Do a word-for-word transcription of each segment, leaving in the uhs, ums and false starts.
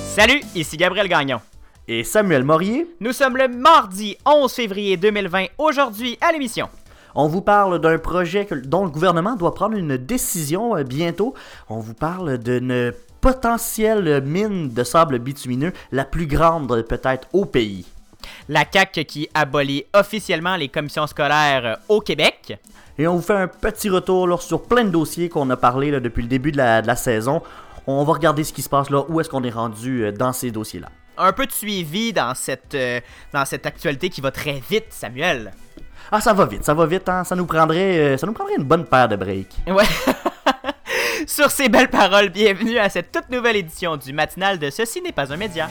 Salut, ici Gabriel Gagnon. Et Samuel Morier. Nous sommes le mardi onze février deux mille vingt. Aujourd'hui, à l'émission. On vous parle d'un projet que, dont le gouvernement doit prendre une décision euh, bientôt. On vous parle d'une potentielle mine de sable bitumineux, la plus grande euh, peut-être au pays. La C A Q qui abolit officiellement les commissions scolaires euh, au Québec. Et on vous fait un petit retour là, sur plein de dossiers qu'on a parlé là, depuis le début de la, de la saison. On va regarder ce qui se passe là, où est-ce qu'on est rendu euh, dans ces dossiers-là. Un peu de suivi dans cette, euh, dans cette actualité qui va très vite, Samuel. Ah, ça va vite, ça va vite, hein? Ça nous prendrait, euh, ça nous prendrait une bonne paire de breaks. Ouais. Sur ces belles paroles, bienvenue à cette toute nouvelle édition du matinal de Ceci n'est pas un média.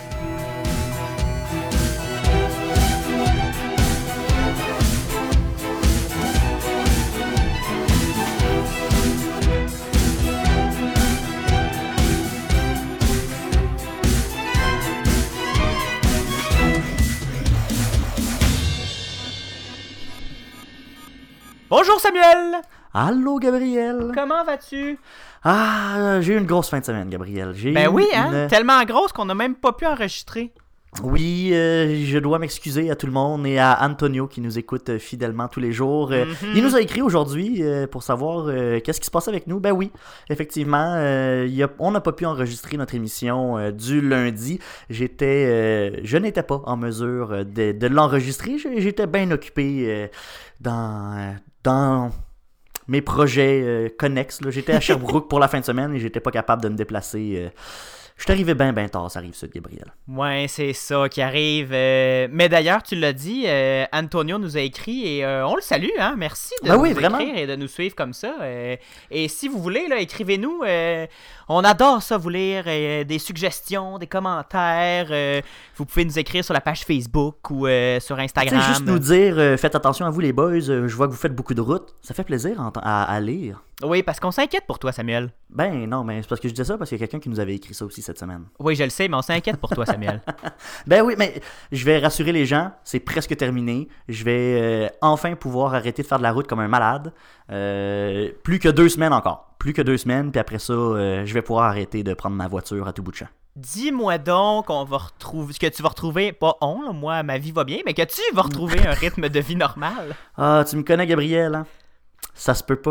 Bonjour Samuel! Allô Gabriel! Comment vas-tu? Ah, euh, j'ai eu une grosse fin de semaine, Gabriel. J'ai ben eu oui, hein? une... Tellement grosse qu'on n'a même pas pu enregistrer. Oui, euh, je dois m'excuser à tout le monde et à Antonio qui nous écoute euh, fidèlement tous les jours. Euh, Mm-hmm. Il nous a écrit aujourd'hui euh, pour savoir euh, qu'est-ce qui se passe avec nous. Ben oui, effectivement, euh, y a, on n'a pas pu enregistrer notre émission euh, du lundi. J'étais, euh, je n'étais pas en mesure de, de l'enregistrer. J'étais bien occupé euh, dans, euh, dans mes projets euh, connexes. Là. J'étais à Sherbrooke pour la fin de semaine et j'étais pas capable de me déplacer. Euh, Je suis arrivé bien, bien tard, ça arrive ça, Gabriel. Ouais, c'est ça qui arrive. Euh, mais d'ailleurs, tu l'as dit, euh, Antonio nous a écrit et euh, on le salue, hein. Merci de Ben nous oui, écrire vraiment. et de nous suivre comme ça. Euh, et si vous voulez, là, écrivez-nous. Euh, on adore ça, vous lire. Euh, des suggestions, des commentaires. Euh, vous pouvez nous écrire sur la page Facebook ou euh, sur Instagram. Tu sais, juste nous dire, euh, faites attention à vous les boys, euh, je vois que vous faites beaucoup de routes. Ça fait plaisir à, à, à lire. Oui, parce qu'on s'inquiète pour toi, Samuel. Ben non, mais c'est parce que je disais ça parce qu'il y a quelqu'un qui nous avait écrit ça aussi cette semaine. Oui, je le sais, mais on s'inquiète pour toi, Samuel. Ben oui, mais je vais rassurer les gens, c'est presque terminé. Je vais euh, enfin pouvoir arrêter de faire de la route comme un malade. Euh, plus que deux semaines encore. Plus que deux semaines, puis après ça, euh, je vais pouvoir arrêter de prendre ma voiture à tout bout de champ. Dis-moi donc qu'on va retrouver, que tu vas retrouver, pas on, là, moi, ma vie va bien, mais que tu vas retrouver un rythme de vie normal. Ah, tu me connais, Gabriel, hein? Ça se peut pas.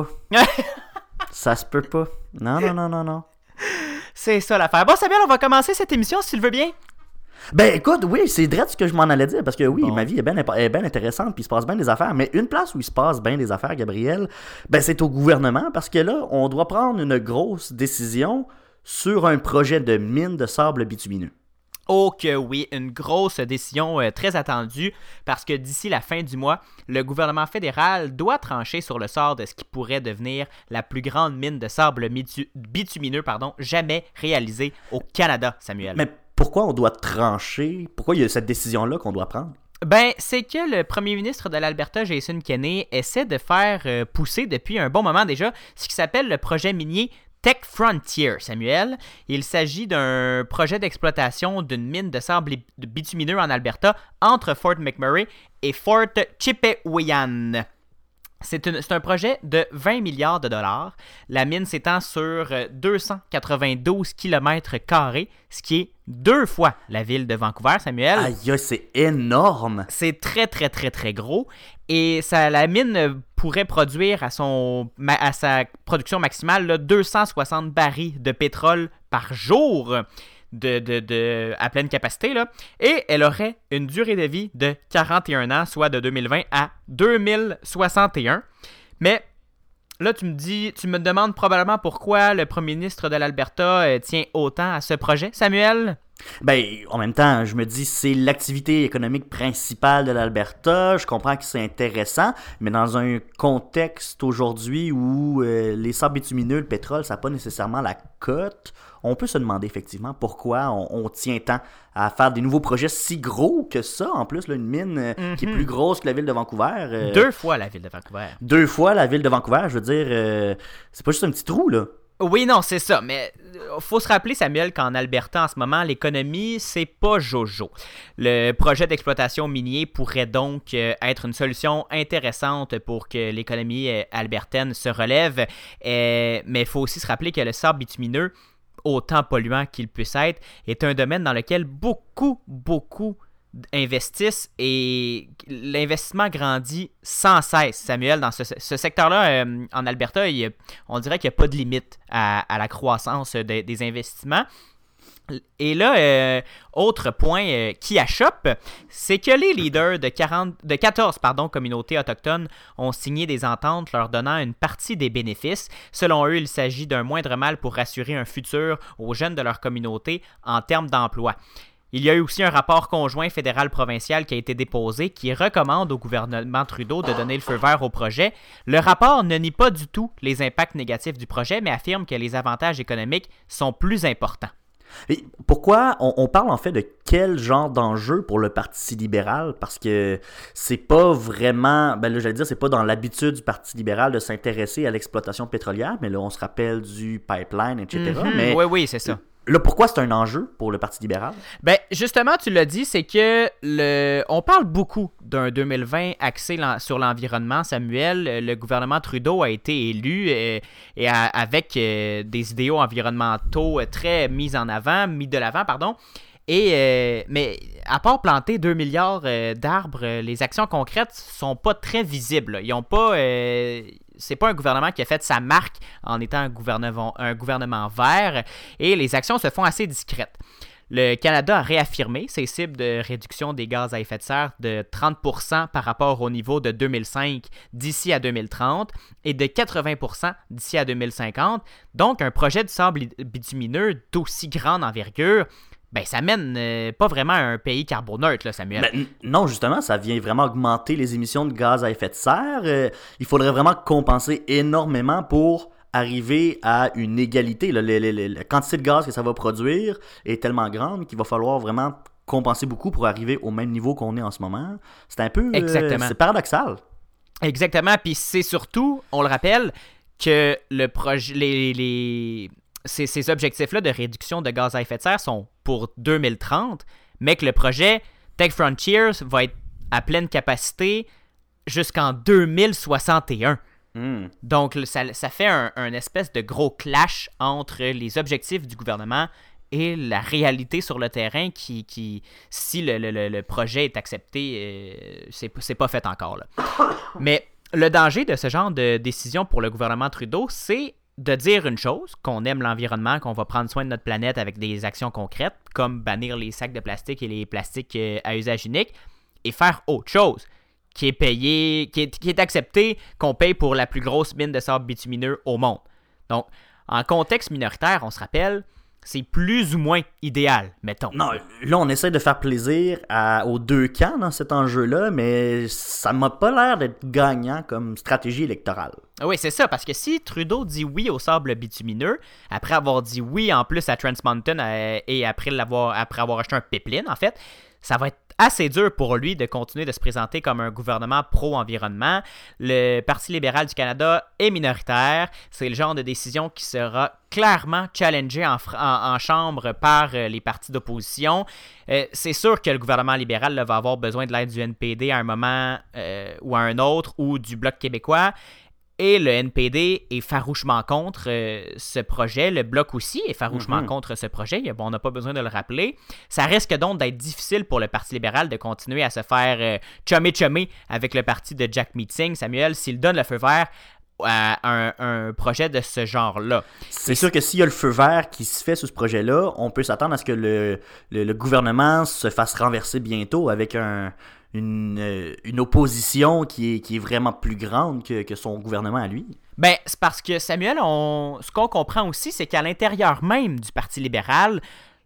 Ça se peut pas. Non, non, non, non, non. C'est ça l'affaire. Bon, Samuel, on va commencer cette émission, si tu le veux bien. Ben écoute, oui, c'est direct ce que je m'en allais dire, parce que oui, Bon. ma vie est bien est bien intéressante, puis il se passe bien des affaires, mais une place où il se passe bien des affaires, Gabriel, ben c'est au gouvernement, parce que là, on doit prendre une grosse décision sur un projet de mine de sable bitumineux. Oh que oui, une grosse décision euh, très attendue parce que d'ici la fin du mois, le gouvernement fédéral doit trancher sur le sort de ce qui pourrait devenir la plus grande mine de sable mitu- bitumineux pardon, jamais réalisée au Canada, Samuel. Mais pourquoi on doit trancher? Pourquoi il y a cette décision-là qu'on doit prendre? Ben, c'est que le premier ministre de l'Alberta, Jason Kenney, essaie de faire euh, pousser depuis un bon moment déjà ce qui s'appelle le projet minier Tech Frontier, Samuel. Il s'agit d'un projet d'exploitation d'une mine de sable bitumineux en Alberta entre Fort McMurray et Fort Chipewyan. C'est, une, c'est un projet de vingt milliards de dollars. La mine s'étend sur deux cent quatre-vingt-douze kilomètres carrés, ce qui est deux fois la ville de Vancouver, Samuel. Aïe, c'est énorme! C'est très, très, très, très gros. Et ça, la mine pourrait produire à, son, à sa production maximale là, deux cent soixante barils de pétrole par jour de, de, de, à pleine capacité. Là. Et elle aurait une durée de vie de quarante et un ans, soit de deux mille vingt à deux mille soixante et un. Mais là, tu me dis, tu me demandes probablement pourquoi le premier ministre de l'Alberta euh, tient autant à ce projet, Samuel? Ben, en même temps, je me dis, c'est l'activité économique principale de l'Alberta. Je comprends que c'est intéressant, mais dans un contexte aujourd'hui où euh, les sables bitumineux, le pétrole, ça n'a pas nécessairement la cote, on peut se demander effectivement pourquoi on, on tient tant à faire des nouveaux projets si gros que ça. En plus, là, une mine euh, mm-hmm. qui est plus grosse que la ville de Vancouver. Euh, deux fois la ville de Vancouver. Deux fois la ville de Vancouver, je veux dire, euh, c'est pas juste un petit trou, là. Oui, non, c'est ça, mais faut se rappeler, Samuel, qu'en Alberta, en ce moment, l'économie, c'est pas jojo. Le projet d'exploitation minier pourrait donc euh, être une solution intéressante pour que l'économie euh, albertaine se relève, euh, mais il faut aussi se rappeler que le sable bitumineux, autant polluant qu'il puisse être, est un domaine dans lequel beaucoup, beaucoup investissent et l'investissement grandit sans cesse, Samuel. Dans ce, ce secteur-là, euh, en Alberta, il y a, on dirait qu'il n'y a pas de limite à, à la croissance de, des investissements. Et là, euh, autre point euh, qui achoppe, c'est que les leaders de, quarante, de quatorze pardon, communautés autochtones ont signé des ententes leur donnant une partie des bénéfices. Selon eux, il s'agit d'un moindre mal pour assurer un futur aux jeunes de leur communauté en termes d'emploi. Il y a eu aussi un rapport conjoint fédéral-provincial qui a été déposé qui recommande au gouvernement Trudeau de donner le feu vert au projet. Le rapport ne nie pas du tout les impacts négatifs du projet, mais affirme que les avantages économiques sont plus importants. Et pourquoi on, on parle en fait de quel genre d'enjeu pour le Parti libéral? Parce que c'est pas vraiment, ben là j'allais dire, c'est pas dans l'habitude du Parti libéral de s'intéresser à l'exploitation pétrolière, mais là on se rappelle du pipeline, et cetera. Mm-hmm, mais oui, oui, c'est ça. Là, pourquoi c'est un enjeu pour le Parti libéral? Ben, justement, tu l'as dit, c'est que le... on parle beaucoup d'un deux mille vingt axé sur l'environnement, Samuel. Le gouvernement Trudeau a été élu et, et a, avec euh, des idéaux environnementaux très mis en avant, mis de l'avant, pardon. Et, euh, mais à part planter deux milliards euh, d'arbres, euh, les actions concrètes sont pas très visibles. Ils ont pas, euh, c'est pas un gouvernement qui a fait sa marque en étant un gouvernement, un gouvernement vert, et les actions se font assez discrètes. Le Canada a réaffirmé ses cibles de réduction des gaz à effet de serre de trente pour cent par rapport au niveau de deux mille cinq d'ici à deux mille trente et de quatre-vingts pour cent d'ici à deux mille cinquante. Donc, un projet de sable bitumineux d'aussi grande envergure, ben ça mène euh, pas vraiment à un pays carboneutre, là, Samuel. Ben, n- non, justement, ça vient vraiment augmenter les émissions de gaz à effet de serre. Euh, il faudrait vraiment compenser énormément pour arriver à une égalité. Là. Le, le, le, la quantité de gaz que ça va produire est tellement grande qu'il va falloir vraiment compenser beaucoup pour arriver au même niveau qu'on est en ce moment. C'est un peu... Exactement. Euh, c'est paradoxal. Exactement, puis c'est surtout, on le rappelle, que le projet, les... les... Ces, ces objectifs-là de réduction de gaz à effet de serre sont pour deux mille trente, mais que le projet Tech Frontiers va être à pleine capacité jusqu'en deux mille soixante et un. Mm. Donc, ça, ça fait un, un espèce de gros clash entre les objectifs du gouvernement et la réalité sur le terrain qui, qui si le, le, le projet est accepté, euh, c'est, c'est pas fait encore, là. Mais le danger de ce genre de décision pour le gouvernement Trudeau, c'est de dire une chose, qu'on aime l'environnement, qu'on va prendre soin de notre planète avec des actions concrètes, comme bannir les sacs de plastique et les plastiques à usage unique, et faire autre chose, qui est payé, qui est, qui est accepté, qu'on paye pour la plus grosse mine de sable bitumineux au monde. Donc, en contexte minoritaire, on se rappelle, c'est plus ou moins idéal, mettons. Non, là, on essaie de faire plaisir à, aux deux camps dans cet enjeu-là, mais ça m'a pas l'air d'être gagnant comme stratégie électorale. Oui, c'est ça, parce que si Trudeau dit oui au sable bitumineux, après avoir dit oui en plus à Trans Mountain euh, et après, l'avoir, après avoir acheté un pipeline, en fait, ça va être assez dur pour lui de continuer de se présenter comme un gouvernement pro-environnement. Le Parti libéral du Canada est minoritaire. C'est le genre de décision qui sera clairement challengé en, en, en chambre par euh, les partis d'opposition. Euh, c'est sûr que le gouvernement libéral là, va avoir besoin de l'aide du N P D à un moment euh, ou à un autre, ou du Bloc québécois. Et le N P D est farouchement contre euh, ce projet. Le Bloc aussi est farouchement mm-hmm. contre ce projet. Bon, on n'a pas besoin de le rappeler. Ça risque donc d'être difficile pour le Parti libéral de continuer à se faire euh, chummer-chummer avec le parti de Jack Meeting, Samuel, s'il donne le feu vert à un, un projet de ce genre-là. C'est sûr que s'il y a le feu vert qui se fait sur ce projet-là, on peut s'attendre à ce que le, le, le gouvernement se fasse renverser bientôt avec un... Une, une opposition qui est, qui est vraiment plus grande que, que son gouvernement à lui. Ben, c'est parce que, Samuel, on, ce qu'on comprend aussi, c'est qu'à l'intérieur même du Parti libéral,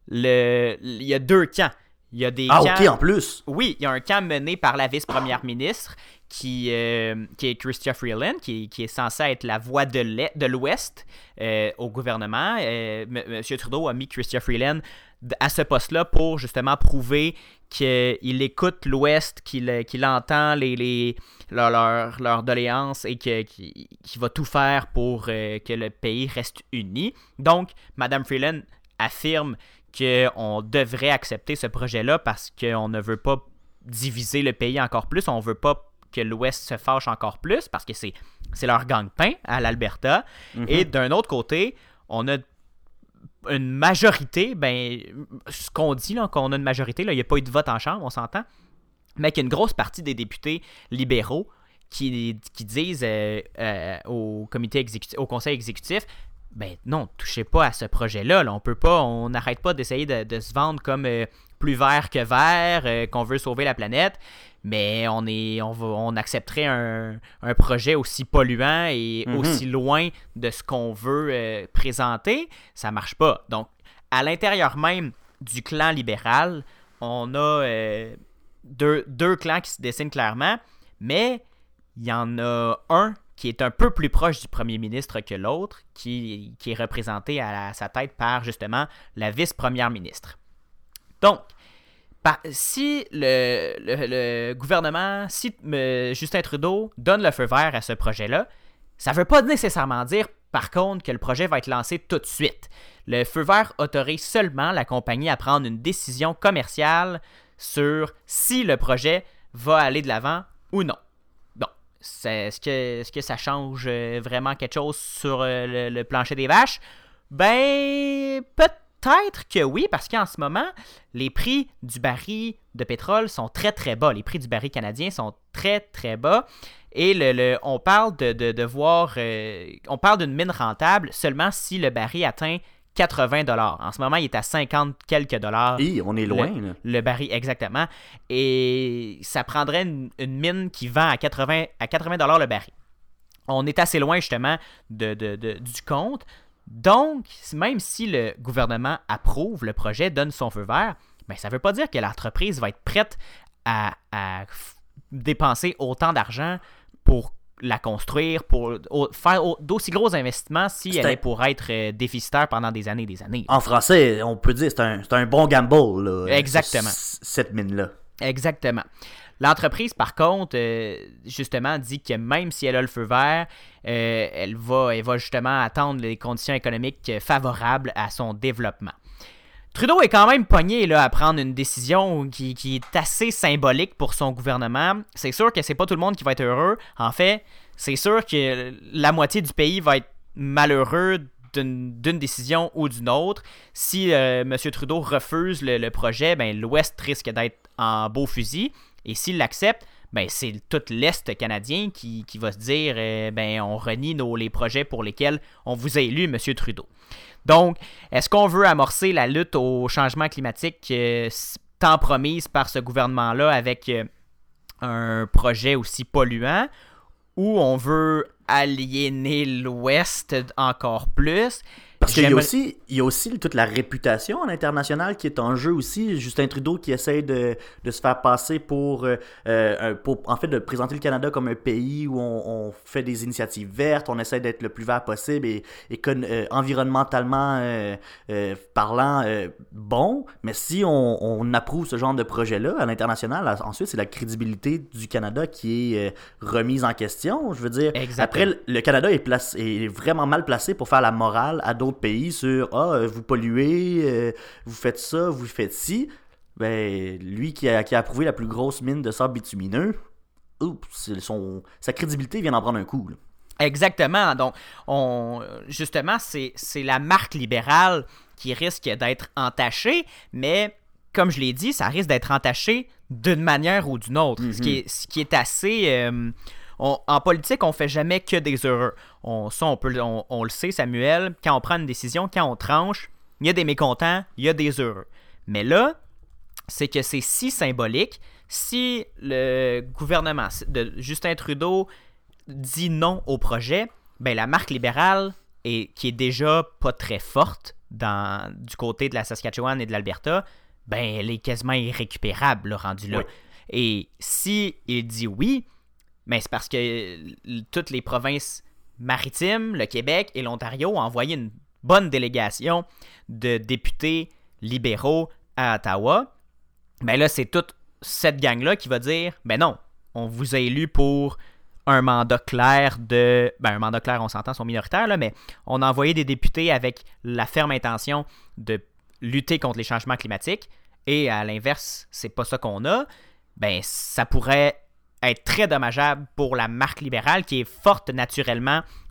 le, il y a deux camps. Il y a des ah, camps, ok, en plus. Oui, il y a un camp mené par la vice-première ministre qui, euh, qui est Chrystia Freeland, qui, qui est censée être la voix de, l'Est, de l'Ouest euh, au gouvernement. Euh, M. Trudeau a mis Chrystia Freeland à ce poste-là pour justement prouver qu'il écoute l'Ouest, qu'il, qu'il entend les, les, leurs leur, leur doléances et que, qu'il, qu'il va tout faire pour euh, que le pays reste uni. Donc, Mme Freeland affirme qu'on devrait accepter ce projet-là parce qu'on ne veut pas diviser le pays encore plus, on ne veut pas que l'Ouest se fâche encore plus parce que c'est, c'est leur gagne-pain à l'Alberta. Mm-hmm. Et d'un autre côté, on a une majorité, ben, ce qu'on dit, là, qu'on a une majorité, là, il n'y a pas eu de vote en chambre, on s'entend, mais qu'il y a une grosse partie des députés libéraux qui, qui disent euh, euh, au comité exécutif, au conseil exécutif, ben non, touchez pas à ce projet-là, là, on peut pas, on n'arrête pas d'essayer de, de se vendre comme euh, plus vert que vert, euh, qu'on veut sauver la planète, mais on est, on va, on accepterait un, un projet aussi polluant et mm-hmm. aussi loin de ce qu'on veut euh, présenter, ça marche pas. Donc, à l'intérieur même du clan libéral, on a euh, deux, deux clans qui se dessinent clairement, mais il y en a un qui est un peu plus proche du premier ministre que l'autre, qui, qui est représenté à, la, à sa tête par, justement, la vice-première ministre. Donc, par, si le, le, le gouvernement, si euh, Justin Trudeau donne le feu vert à ce projet-là, ça ne veut pas nécessairement dire, par contre, que le projet va être lancé tout de suite. Le feu vert autorise seulement la compagnie à prendre une décision commerciale sur si le projet va aller de l'avant ou non. C'est, est-ce, que, est-ce que ça change vraiment quelque chose sur le, le plancher des vaches? Ben, peut-être que oui, parce qu'en ce moment, les prix du baril de pétrole sont très très bas. Les prix du baril canadien sont très très bas. Et le, le, on parle de, de, de voir, euh, on parle d'une mine rentable seulement si le baril atteint quatre-vingts dollars. En ce moment, il est à cinquante quelques dollars. Et on est loin. Le, là. le baril, exactement. Et ça prendrait une, une mine qui vend à quatre-vingts dollars le baril. On est assez loin, justement, de, de, de, du compte. Donc, même si le gouvernement approuve le projet, donne son feu vert, ben, ça ne veut pas dire que l'entreprise va être prête à, à f- dépenser autant d'argent pour la construire, pour faire d'aussi gros investissements si c'est elle un... est pour être euh, déficitaire pendant des années et des années. En français, on peut dire que c'est un, c'est un bon gamble, là, exactement. C- cette mine-là. Exactement. L'entreprise, par contre, euh, justement, dit que même si elle a le feu vert, euh, elle, va, elle va justement attendre les conditions économiques favorables à son développement. Trudeau est quand même pogné là, à prendre une décision qui, qui est assez symbolique pour son gouvernement. C'est sûr que c'est pas tout le monde qui va être heureux. En fait, c'est sûr que la moitié du pays va être malheureux d'une, d'une décision ou d'une autre. Si euh, M. Trudeau refuse le, le projet, ben, l'Ouest risque d'être en beau fusil. Et s'il l'accepte, ben, c'est tout l'Est canadien qui, qui va se dire euh, ben, on renie nos, les projets pour lesquels on vous a élu, M. Trudeau. Donc, est-ce qu'on veut amorcer la lutte au changement climatique euh, tant promise par ce gouvernement-là avec euh, un projet aussi polluant, ou on veut aliéner l'Ouest encore plus? Parce qu'il y a aussi, il y a aussi toute la réputation à l'international qui est en jeu aussi. Justin Trudeau qui essaie de, de se faire passer pour, euh, pour, en fait, de présenter le Canada comme un pays où on, on fait des initiatives vertes, on essaie d'être le plus vert possible et, et euh, environnementalement euh, euh, parlant euh, bon. Mais si on, on approuve ce genre de projet-là à l'international, ensuite, c'est la crédibilité du Canada qui est euh, remise en question. Je veux dire, exactement. Après, le Canada est, place, est vraiment mal placé pour faire la morale à d'autres pays sur « Ah, vous polluez, euh, vous faites ça, vous faites ci », ben, lui qui a, qui a approuvé la plus grosse mine de sable bitumineux, oups, son, sa crédibilité vient d'en prendre un coup. Là. Exactement. Donc, on, justement, c'est, c'est la marque libérale qui risque d'être entachée, mais comme je l'ai dit, ça risque d'être entaché d'une manière ou d'une autre, mm-hmm. ce, qui est, ce qui est assez... Euh, On, en politique, on ne fait jamais que des heureux. On, ça, on, peut, on, on le sait, Samuel, quand on prend une décision, quand on tranche, il y a des mécontents, il y a des heureux. Mais là, c'est que c'est si symbolique. Si le gouvernement de Justin Trudeau dit non au projet, ben la marque libérale, est, qui est déjà pas très forte dans, du côté de la Saskatchewan et de l'Alberta, ben elle est quasiment irrécupérable, là, rendu là. Oui. Et si il dit oui, mais c'est parce que euh, toutes les provinces maritimes, le Québec et l'Ontario ont envoyé une bonne délégation de députés libéraux à Ottawa. Ben là, c'est toute cette gang-là qui va dire « Ben non, on vous a élu pour un mandat clair de... » Ben un mandat clair, on s'entend, sont minoritaires, là, mais on a envoyé des députés avec la ferme intention de lutter contre les changements climatiques. Et à l'inverse, c'est pas ça qu'on a. Ben ça pourrait... être très dommageable pour la marque libérale qui est forte naturellement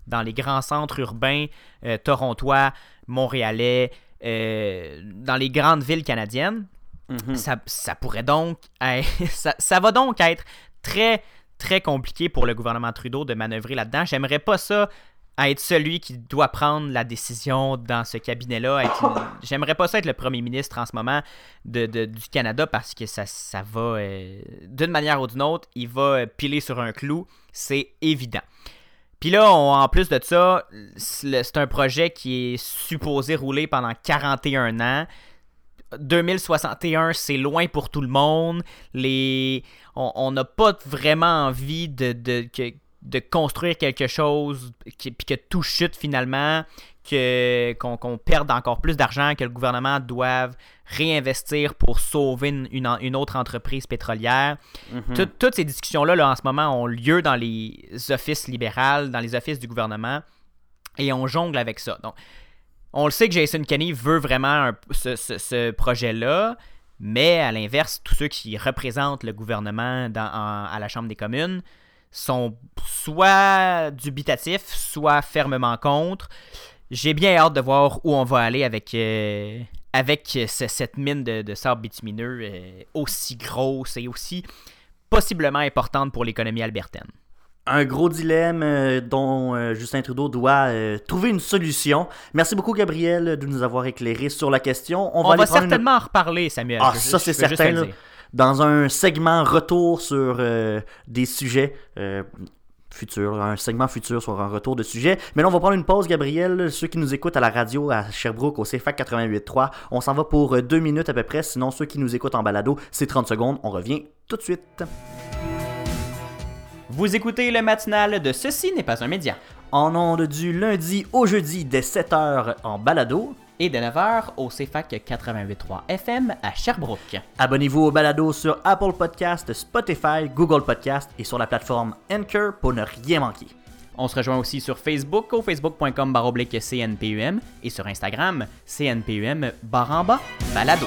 dans les grands centres urbains euh, torontois, montréalais, euh, dans les grandes villes canadiennes. Mm-hmm. Ça, ça pourrait donc être, ça, ça va donc être très, très compliqué pour le gouvernement Trudeau de manœuvrer là-dedans. J'aimerais pas ça être celui qui doit prendre la décision dans ce cabinet-là. Être, j'aimerais pas ça être le premier ministre en ce moment de, de, du Canada parce que ça, ça va, euh, d'une manière ou d'une autre, il va piler sur un clou, c'est évident. Puis là, on, en plus de ça, c'est un projet qui est supposé rouler pendant quarante et un ans. deux mille soixante et un, c'est loin pour tout le monde. Les... On n'a pas vraiment envie de, de, que, de construire quelque chose puis que tout chute finalement, que, qu'on, qu'on perde encore plus d'argent, que le gouvernement doive réinvestir pour sauver une, une, une autre entreprise pétrolière. Mm-hmm. Tout, toutes ces discussions-là, là, en ce moment, ont lieu dans les offices libéraux, dans les offices du gouvernement, et on jongle avec ça. Donc, on le sait que Jason Kenney veut vraiment un, ce, ce, ce projet-là, mais à l'inverse, tous ceux qui représentent le gouvernement dans, en, à la Chambre des communes sont soit dubitatifs, soit fermement contre. J'ai bien hâte de voir où on va aller avec, euh, avec ce, cette mine de, de sable bitumineux euh, aussi grosse et aussi possiblement importante pour l'économie albertaine. Un gros dilemme euh, dont euh, Justin Trudeau doit euh, trouver une solution. Merci beaucoup, Gabriel, de nous avoir éclairé sur la question. On, On va, va certainement une... en reparler, Samuel. Ah, je, ça, je, c'est je certain. Là, dans un segment retour sur euh, des sujets euh, futurs, un segment futur sur un retour de sujets. Mais là, on va prendre une pause, Gabriel. Ceux qui nous écoutent à la radio à Sherbrooke, au C F A C quatre-vingt-huit trois, on s'en va pour deux minutes à peu près. Sinon, ceux qui nous écoutent en balado, c'est trente secondes. On revient tout de suite. Vous écoutez le matinal de Ceci n'est pas un média. En ondes du lundi au jeudi dès sept heures en balado. Et de neuf heures au C F A C quatre-vingt-huit trois F M à Sherbrooke. Abonnez-vous au balado sur Apple Podcast, Spotify, Google Podcast et sur la plateforme Anchor pour ne rien manquer. On se rejoint aussi sur Facebook au facebook point com barre oblique C N P U M et sur Instagram C N P U M barre en bas balado.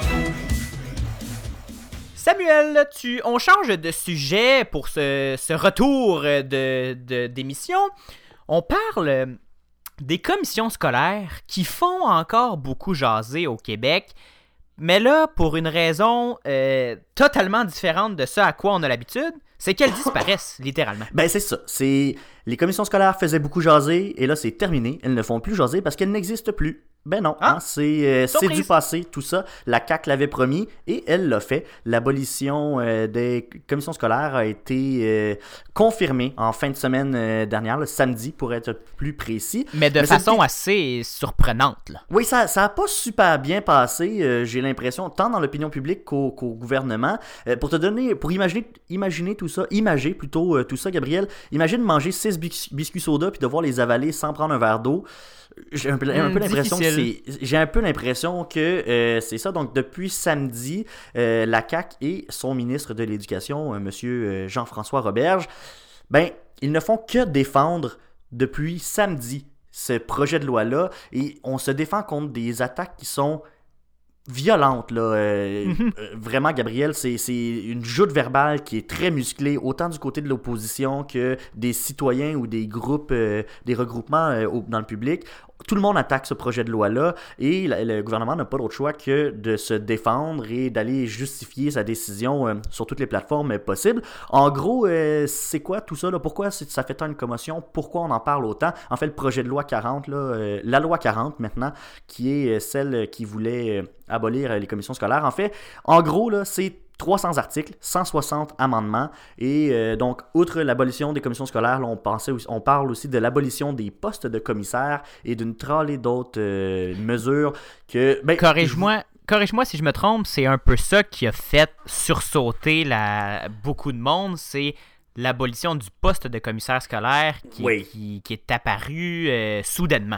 Samuel, tu, on change de sujet pour ce, ce retour de, de, d'émission. On parle des commissions scolaires qui font encore beaucoup jaser au Québec, mais là, pour une raison euh, totalement différente de ce à quoi on a l'habitude, c'est qu'elles disparaissent, littéralement. Ben c'est ça, c'est... Les commissions scolaires faisaient beaucoup jaser, et là c'est terminé, elles ne font plus jaser parce qu'elles n'existent plus. Ben non, ah, hein, c'est, euh, c'est du passé, tout ça. La C A Q l'avait promis et elle l'a fait. L'abolition euh, des commissions scolaires a été euh, confirmée en fin de semaine euh, dernière, le samedi pour être plus précis. Mais de Mais façon été... assez surprenante. Là. Oui, ça n'a pas super bien passé, euh, j'ai l'impression, tant dans l'opinion publique qu'au, qu'au gouvernement. Euh, pour te donner, pour imaginer, imaginer tout ça, imager plutôt euh, tout ça, Gabriel, imagine manger six bis- biscuits soda puis devoir les avaler sans prendre un verre d'eau. J'ai un peu, un peu l'impression que c'est, j'ai un peu l'impression que euh, c'est ça. Donc, depuis samedi, euh, la C A Q et son ministre de l'Éducation, euh, M. Jean-François Roberge, ben, ils ne font que défendre depuis samedi ce projet de loi-là. Et on se défend contre des attaques qui sont violente, là. Euh, mm-hmm. euh, vraiment, Gabriel, c'est, c'est une joute verbale qui est très musclée, autant du côté de l'opposition que des citoyens ou des groupes, euh, des regroupements euh, au, dans le public. Tout le monde attaque ce projet de loi-là et la, le gouvernement n'a pas d'autre choix que de se défendre et d'aller justifier sa décision euh, sur toutes les plateformes euh, possibles. En gros, euh, c'est quoi tout ça? Là? Pourquoi ça fait tant une commotion? Pourquoi on en parle autant? En fait, le projet de loi quarante, là, euh, la loi quarante maintenant, qui est celle qui voulait euh, abolir les commissions scolaires. En fait, en gros, là, c'est trois cents articles, cent soixante amendements, et euh, donc, outre l'abolition des commissions scolaires, là, on, pensait, on parle aussi de l'abolition des postes de commissaires et d'une tralée d'autres euh, mesures que... Ben, Corrige-moi, je... corrige-moi si je me trompe, c'est un peu ça qui a fait sursauter la... beaucoup de monde, c'est l'abolition du poste de commissaire scolaire qui, oui. qui, qui est apparu euh, soudainement.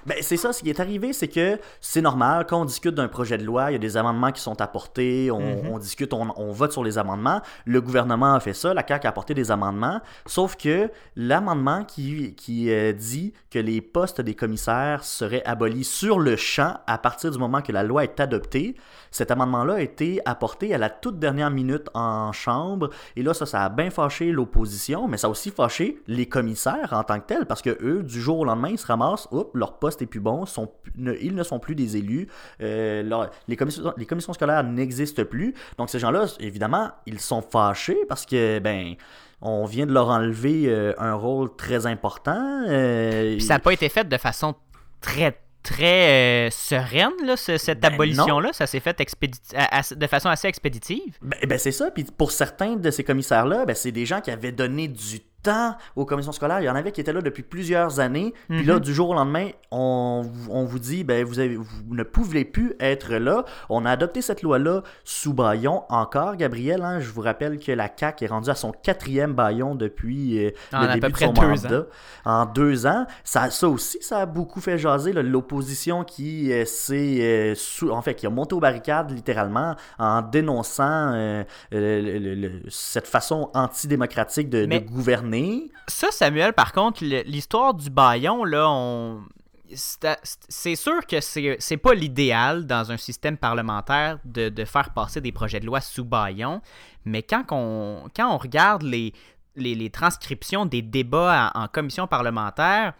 Ben, c'est ça, ce qui est arrivé, c'est que c'est normal, quand on discute d'un projet de loi, il y a des amendements qui sont apportés, on, mm-hmm. on discute, on, on vote sur les amendements. Le gouvernement a fait ça, la C A Q a apporté des amendements, sauf que l'amendement qui, qui euh, dit que les postes des commissaires seraient abolis sur le champ à partir du moment que la loi est adoptée, cet amendement-là a été apporté à la toute dernière minute en chambre, et là, ça, ça a bien fâché l'opposition, mais ça a aussi fâché les commissaires en tant que tels, parce que eux, du jour au lendemain, ils se ramassent, oups, leur poste est plus bon, sont, ne, ils ne sont plus des élus, euh, leur, les, commissions, les commissions scolaires n'existent plus. Donc ces gens-là, évidemment, ils sont fâchés parce que, ben, on vient de leur enlever euh, un rôle très important. Euh, Puis ça n'a pas été fait de façon très très euh, sereine, là, ce, cette ben abolition-là. Non. Ça s'est fait expédi- à, à, de façon assez expéditive. Ben, ben c'est ça. Puis pour certains de ces commissaires-là, ben, c'est des gens qui avaient donné du temps aux commissions scolaires. Il y en avait qui étaient là depuis plusieurs années. Puis mm-hmm. là, du jour au lendemain, on, on vous dit, ben vous, avez, vous ne pouvez plus être là. On a adopté cette loi-là sous bâillon encore, Gabriel. Hein, je vous rappelle que la C A Q est rendue à son quatrième bâillon depuis euh, le début de son mandat. En deux ans. Ça, ça aussi, ça a beaucoup fait jaser là, l'opposition qui euh, s'est euh, sous, en fait, qui a monté aux barricades littéralement en dénonçant euh, le, le, le, cette façon antidémocratique de, de gouverner. Ça, Samuel, par contre, l'histoire du bâillon, là, on... c'est, c'est sûr que c'est, c'est pas l'idéal dans un système parlementaire de, de faire passer des projets de loi sous bâillon, mais quand on, quand on regarde les, les, les transcriptions des débats en, en commission parlementaire,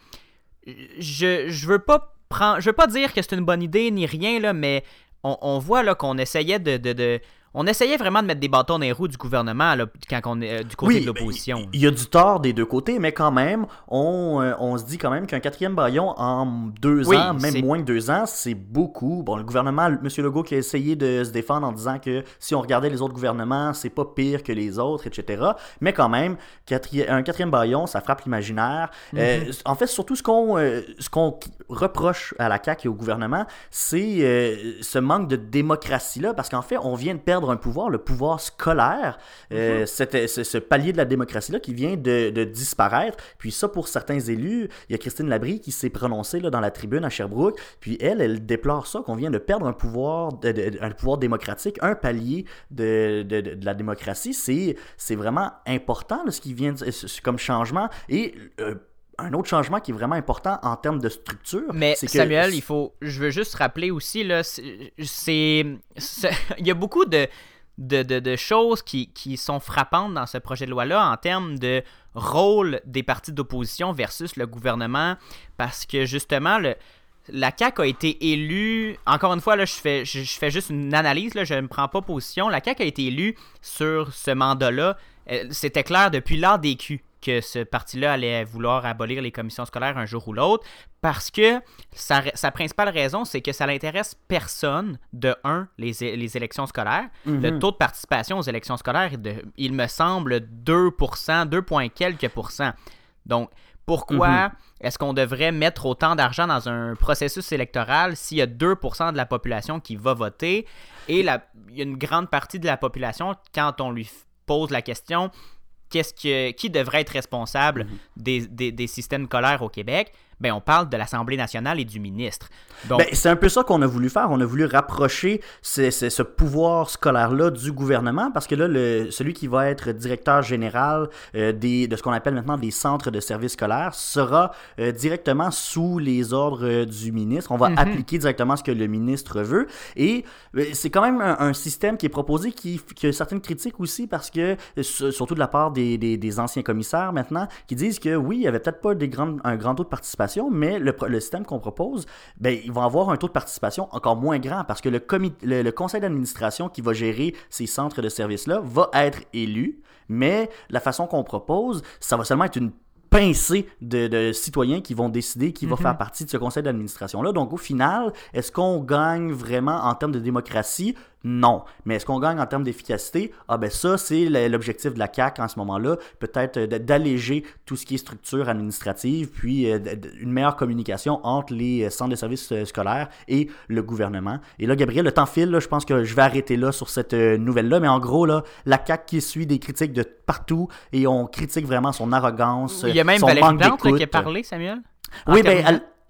je, je veux pas prendre, je veux pas dire que c'est une bonne idée ni rien, là, mais on, on voit là, qu'on essayait de... de, de On essayait vraiment de mettre des bâtons dans les roues du gouvernement là, quand on est euh, du côté oui, de l'opposition. Il y a du tort des deux côtés, mais quand même, on, euh, on se dit quand même qu'un quatrième bâillon en deux oui, ans, même c'est... moins de deux ans, c'est beaucoup. Bon, le gouvernement, M. Legault qui a essayé de se défendre en disant que si on regardait les autres gouvernements, c'est pas pire que les autres, et cetera. Mais quand même, quatri... un quatrième bâillon, ça frappe l'imaginaire. Mm-hmm. Euh, en fait, surtout ce qu'on, euh, ce qu'on reproche à la C A Q et au gouvernement, c'est euh, ce manque de démocratie-là, parce qu'en fait, on vient de perdre un pouvoir, le pouvoir scolaire, euh, mm-hmm. cette, ce, ce palier de la démocratie-là qui vient de, de disparaître. Puis ça, pour certains élus, il y a Christine Labrie qui s'est prononcée là, dans la tribune à Sherbrooke, puis elle, elle déplore ça, qu'on vient de perdre un pouvoir, de, de, un pouvoir démocratique, un palier de, de, de, de la démocratie. C'est, c'est vraiment important, là, ce qui vient de, comme changement. Et... Euh, un autre changement qui est vraiment important en termes de structure. Mais c'est que... Samuel, il faut, je veux juste rappeler aussi, là, c'est, c'est, c'est il y a beaucoup de, de, de, de choses qui, qui sont frappantes dans ce projet de loi-là en termes de rôle des partis d'opposition versus le gouvernement, parce que justement, le, la C A Q a été élue, encore une fois, là, je fais, je, je fais juste une analyse, là, je ne prends pas position, la C A Q a été élue sur ce mandat-là, c'était clair depuis l'A D Q que ce parti-là allait vouloir abolir les commissions scolaires un jour ou l'autre, parce que sa, sa principale raison, c'est que ça n'intéresse personne, de un, les, les élections scolaires. Mm-hmm. Le taux de participation aux élections scolaires, de, il me semble, deux pour cent, deux points quelques pourcents. Donc, pourquoi mm-hmm. est-ce qu'on devrait mettre autant d'argent dans un processus électoral s'il y a deux pour cent de la population qui va voter, et la, il y a une grande partie de la population, quand on lui pose la question... Qu'est-ce que, qui devrait être responsable mm-hmm. des, des, des systèmes scolaires au Québec? Ben, on parle de l'Assemblée nationale et du ministre. Donc... Ben, c'est un peu ça qu'on a voulu faire. On a voulu rapprocher ce, ce, ce pouvoir scolaire-là du gouvernement, parce que là, le, celui qui va être directeur général euh, des, de ce qu'on appelle maintenant des centres de services scolaires sera euh, directement sous les ordres euh, du ministre. On va mm-hmm. appliquer directement ce que le ministre veut. Et euh, c'est quand même un, un système qui est proposé qui, qui a certaines critiques aussi, parce que, surtout de la part des, des, des anciens commissaires maintenant, qui disent que oui, il n'y avait peut-être pas des grandes, un grand taux de participation, mais le, le système qu'on propose, ben, ils vont avoir un taux de participation encore moins grand, parce que le, comité, le, le conseil d'administration qui va gérer ces centres de services-là va être élu, mais la façon qu'on propose, ça va seulement être une pincée de, de citoyens qui vont décider qui mm-hmm. va faire partie de ce conseil d'administration-là. Donc, au final, est-ce qu'on gagne vraiment en termes de démocratie? Non. Mais est-ce qu'on gagne en termes d'efficacité? Ah ben ça, c'est l'objectif de la C A Q en ce moment-là, peut-être d'alléger tout ce qui est structure administrative, puis une meilleure communication entre les centres de services scolaires et le gouvernement. Et là, Gabriel, le temps file, là, je pense que je vais arrêter là sur cette nouvelle-là, mais en gros, là, la C A Q qui suit des critiques de partout, et on critique vraiment son arrogance, il y a même son Valérie manque Plante d'écoute. Qui a parlé, Samuel? Oui, ben, elle,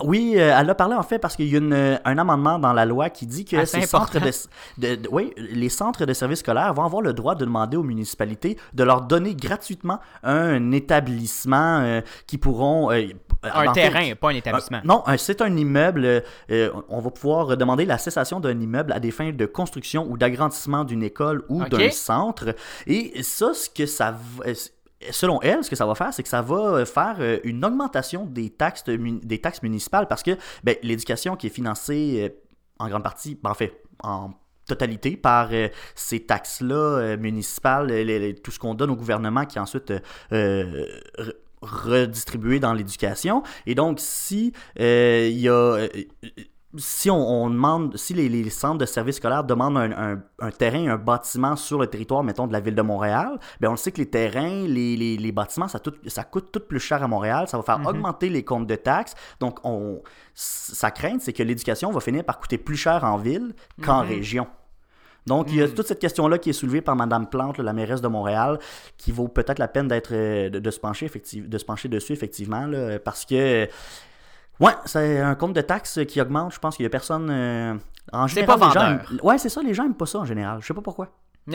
Oui, euh, elle a parlé en fait parce qu'il y a une, un amendement dans la loi qui dit que ah, ces centres de, de, de, oui, les centres de services scolaires vont avoir le droit de demander aux municipalités de leur donner gratuitement un établissement euh, qui pourront... Euh, un terrain, fait, pas un établissement. Un, non, un, c'est un immeuble. Euh, on va pouvoir demander la cessation d'un immeuble à des fins de construction ou d'agrandissement d'une école ou okay. d'un centre. Et ça, ce que ça... Selon elle, ce que ça va faire, c'est que ça va faire une augmentation des taxes, des taxes municipales parce que ben, l'éducation qui est financée en grande partie, ben, en fait, en totalité par euh, ces taxes-là euh, municipales, les, les, tout ce qu'on donne au gouvernement qui est ensuite euh, re- redistribué dans l'éducation. Et donc, si il euh, y a... Euh, Si on, on demande, si les, les centres de services scolaires demandent un, un, un terrain, un bâtiment sur le territoire, mettons, de la ville de Montréal, bien on le sait que les terrains, les, les, les bâtiments, ça, tout, ça coûte tout plus cher à Montréal, ça va faire mm-hmm. augmenter les comptes de taxes. Donc, on, sa crainte, c'est que l'éducation va finir par coûter plus cher en ville qu'en mm-hmm. région. Donc, mm. il y a toute cette question-là qui est soulevée par Mme Plante, la mairesse de Montréal, qui vaut peut-être la peine d'être, de, de, se, pencher effective, de se pencher dessus, effectivement, là, parce que... Ouais, c'est un compte de taxes qui augmente. Je pense qu'il y a personne... Euh, en c'est général, pas les gens vendeur. Aiment... Ouais, c'est ça, les gens aiment pas ça en général. Je sais pas pourquoi.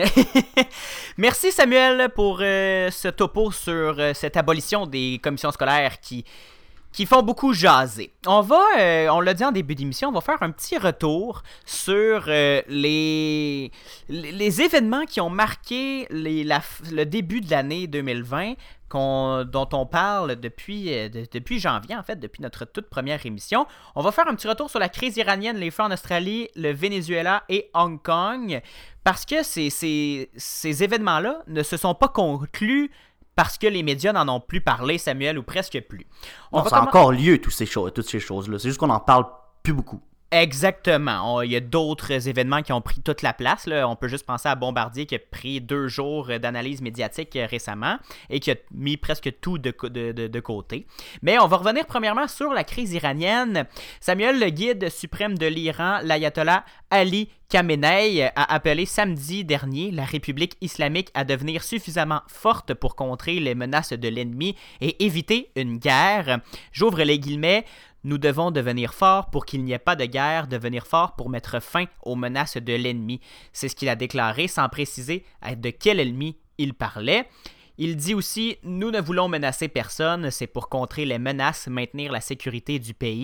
Merci Samuel pour euh, ce topo sur euh, cette abolition des commissions scolaires qui... qui font beaucoup jaser. On va, euh, on l'a dit en début d'émission, on va faire un petit retour sur euh, les, les événements qui ont marqué les, la, le début de l'année deux mille vingt, qu'on, dont on parle depuis, de, depuis janvier, en fait, depuis notre toute première émission. On va faire un petit retour sur la crise iranienne, les feux en Australie, le Venezuela et Hong Kong, parce que ces, ces, ces événements-là ne se sont pas conclus parce que les médias n'en ont plus parlé, Samuel, ou presque plus. On non, ça a comm... encore lieu, toutes ces, cho- toutes ces choses-là. C'est juste qu'on n'en parle plus beaucoup. Exactement. Il y a d'autres événements qui ont pris toute la place. Là. On peut juste penser à Bombardier qui a pris deux jours d'analyse médiatique récemment et qui a mis presque tout de, de, de, de côté. Mais on va revenir premièrement sur la crise iranienne. Samuel, le guide suprême de l'Iran, l'ayatollah Ali Khamenei, a appelé samedi dernier la République islamique à devenir suffisamment forte pour contrer les menaces de l'ennemi et éviter une guerre. J'ouvre les guillemets. Nous devons devenir forts pour qu'il n'y ait pas de guerre, devenir forts pour mettre fin aux menaces de l'ennemi. C'est ce qu'il a déclaré sans préciser de quel ennemi il parlait. Il dit aussi « Nous ne voulons menacer personne, c'est pour contrer les menaces, maintenir la sécurité du pays. »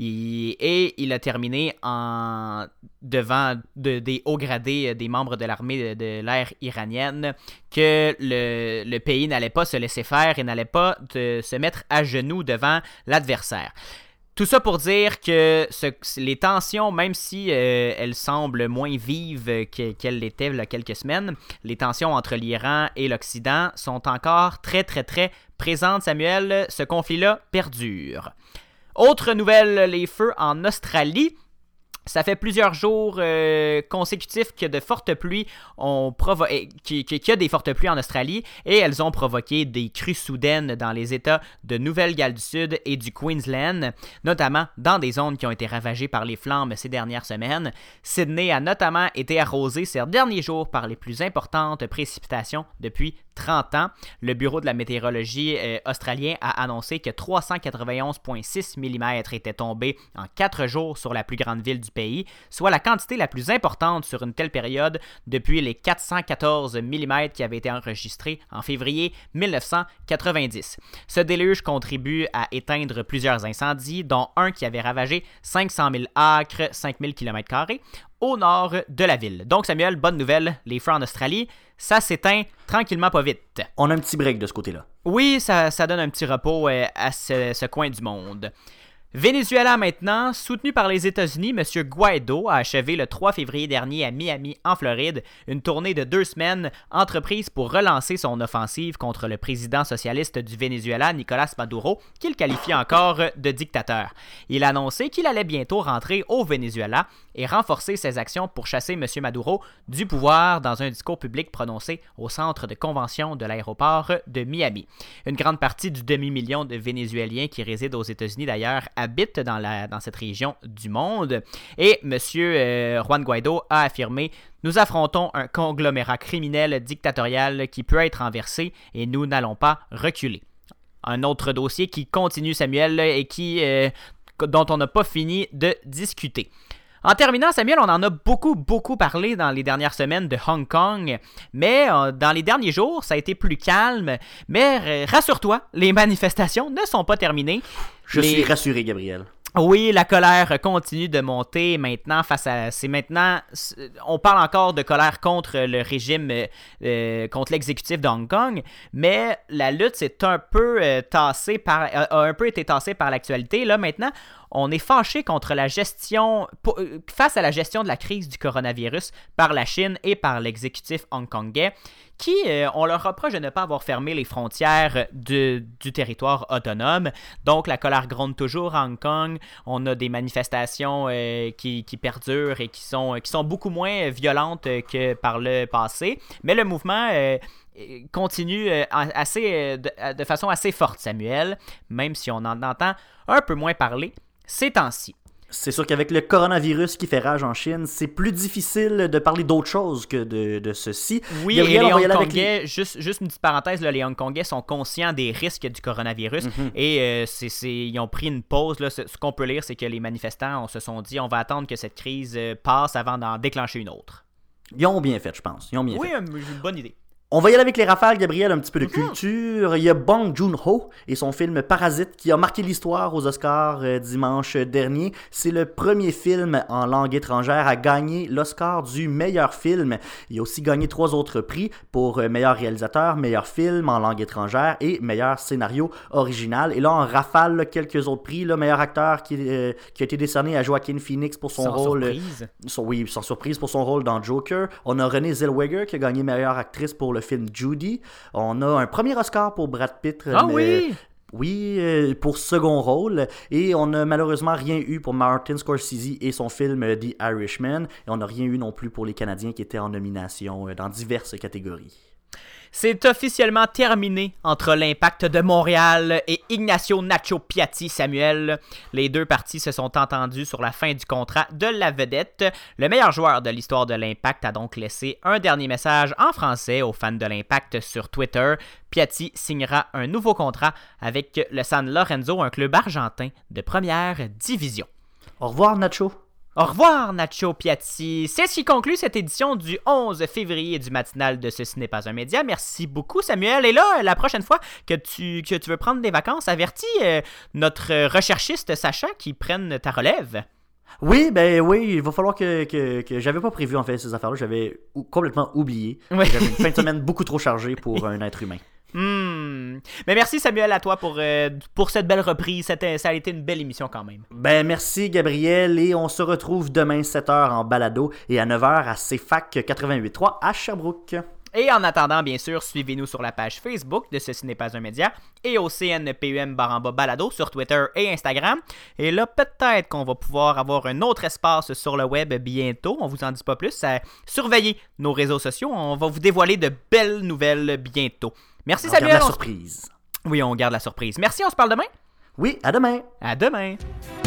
Et il a terminé en devant de, des hauts gradés des membres de l'armée de, de l'air iranienne que le, le pays n'allait pas se laisser faire et n'allait pas de, se mettre à genoux devant l'adversaire. Tout ça pour dire que ce, les tensions, même si euh, elles semblent moins vives que, qu'elles l'étaient il y a quelques semaines, les tensions entre l'Iran et l'Occident sont encore très très très présentes, Samuel. Ce conflit-là perdure. Autre nouvelle, les feux en Australie. Ça fait plusieurs jours euh, consécutifs que de fortes pluies ont provoqué, qu'il y a des fortes pluies en Australie et elles ont provoqué des crues soudaines dans les États de Nouvelle-Galles du Sud et du Queensland, notamment dans des zones qui ont été ravagées par les flammes ces dernières semaines. Sydney a notamment été arrosée ces derniers jours par les plus importantes précipitations depuis trente ans. Le Bureau de la météorologie euh, australien a annoncé que trois cent quatre-vingt-onze virgule six millimètres étaient tombés en quatre jours sur la plus grande ville du pays, soit la quantité la plus importante sur une telle période depuis les quatre cent quatorze millimètres qui avaient été enregistrés en février dix-neuf cent quatre-vingt-dix. Ce déluge contribue à éteindre plusieurs incendies, dont un qui avait ravagé cinq cent mille acres, cinq mille kilomètres carrés, au nord de la ville. Donc, Samuel, bonne nouvelle, les feux en Australie, ça s'éteint tranquillement pas vite. On a un petit break de ce côté-là. Oui, ça, ça donne un petit repos euh, à ce, ce coin du monde. Venezuela maintenant, soutenu par les États-Unis, M. Guaido a achevé le trois février dernier à Miami, en Floride, une tournée de deux semaines entreprise pour relancer son offensive contre le président socialiste du Venezuela, Nicolás Maduro, qu'il qualifie encore de dictateur. Il a annoncé qu'il allait bientôt rentrer au Venezuela et renforcer ses actions pour chasser M. Maduro du pouvoir dans un discours public prononcé au centre de convention de l'aéroport de Miami. Une grande partie du demi-million de Vénézuéliens qui résident aux États-Unis d'ailleurs habitent dans, la, dans cette région du monde. Et M. Euh, Juan Guaido a affirmé « Nous affrontons un conglomérat criminel dictatorial qui peut être renversé et nous n'allons pas reculer. » Un autre dossier qui continue, Samuel, et qui... Euh, dont on n'a pas fini de discuter. En terminant, Samuel, on en a beaucoup, beaucoup parlé dans les dernières semaines de Hong Kong, mais euh, dans les derniers jours, ça a été plus calme. Mais euh, rassure-toi, les manifestations ne sont pas terminées. Je les... suis rassuré, Gabriel. Oui, la colère continue de monter maintenant face à... C'est maintenant... On parle encore de colère contre le régime, euh, contre l'exécutif de Hong Kong, mais la lutte s'est un peu euh, tassée par... a un peu été tassée par l'actualité. Là, maintenant, on est fâché contre la gestion... face à la gestion de la crise du coronavirus par la Chine et par l'exécutif hongkongais, qui, euh, on leur reproche de ne pas avoir fermé les frontières de, du territoire autonome. Donc, la colère gronde toujours à Hong Kong. On a des manifestations euh, qui, qui perdurent et qui sont, qui sont beaucoup moins violentes que par le passé. Mais le mouvement euh, continue euh, assez, euh, de, de façon assez forte, Samuel, même si on en entend un peu moins parler ces temps-ci. C'est sûr qu'avec le coronavirus qui fait rage en Chine, c'est plus difficile de parler d'autre chose que de, de ceci. Oui, Gabriel, et les Hongkongais, les... juste, juste une petite parenthèse, là, les Hongkongais sont conscients des risques du coronavirus mm-hmm. et euh, c'est, c'est, ils ont pris une pause. Là. Ce, ce qu'on peut lire, c'est que les manifestants on se sont dit on va attendre que cette crise passe avant d'en déclencher une autre. Ils ont bien fait, je pense. Ils ont bien oui, fait. Oui, une bonne idée. On va y aller avec les rafales, Gabriel, un petit peu de mm-hmm. culture. Il y a Bong Joon-ho et son film Parasite qui a marqué l'histoire aux Oscars euh, dimanche dernier. C'est le premier film en langue étrangère à gagner l'Oscar du meilleur film. Il a aussi gagné trois autres prix pour euh, meilleur réalisateur, meilleur film en langue étrangère et meilleur scénario original. Et là, en rafale, là, quelques autres prix. Là, meilleur acteur qui, euh, qui a été décerné à Joaquin Phoenix pour son sans rôle... Surprise. Euh, son, oui, sans surprise pour son rôle dans Joker. On a Renée Zellweger qui a gagné meilleure actrice pour le film Judy. On a un premier Oscar pour Brad Pitt. Ah mais, oui! Oui, euh, pour second rôle. Et on n'a malheureusement rien eu pour Martin Scorsese et son film The Irishman. Et on n'a rien eu non plus pour les Canadiens qui étaient en nomination euh, dans diverses catégories. C'est officiellement terminé entre l'Impact de Montréal et Ignacio Nacho Piatti, Samuel. Les deux parties se sont entendues sur la fin du contrat de la vedette. Le meilleur joueur de l'histoire de l'Impact a donc laissé un dernier message en français aux fans de l'Impact sur Twitter. Piatti signera un nouveau contrat avec le San Lorenzo, un club argentin de première division. Au revoir, Nacho. Au revoir, Nacho Piatti. C'est ce qui conclut cette édition du onze février du matinal de Ceci n'est pas un média. Merci beaucoup, Samuel. Et là, la prochaine fois que tu, que tu veux prendre des vacances, avertis euh, notre recherchiste Sacha qui prenne ta relève. Oui, ben oui, il va falloir que, que, que... J'avais pas prévu en fait ces affaires-là, j'avais ou- complètement oublié. Oui. J'avais une fin de semaine beaucoup trop chargée pour un être humain. Hmm. Mais merci Samuel à toi pour, euh, pour cette belle reprise. C'était, ça a été une belle émission quand même. Ben merci Gabriel et on se retrouve demain sept heures en balado et à neuf heures à C F A C quatre-vingt-huit trois à Sherbrooke. Et en attendant, bien sûr, suivez-nous sur la page Facebook de Ceci n'est pas un média et au C N P U M baramba balado sur Twitter et Instagram. Et là, peut-être qu'on va pouvoir avoir un autre espace sur le web bientôt. On vous en dit pas plus. Surveillez nos réseaux sociaux. On va vous dévoiler de belles nouvelles bientôt. Merci on Samuel. Garde la on... surprise. Oui, on garde la surprise. Merci, on se parle demain. Oui, à demain. À demain.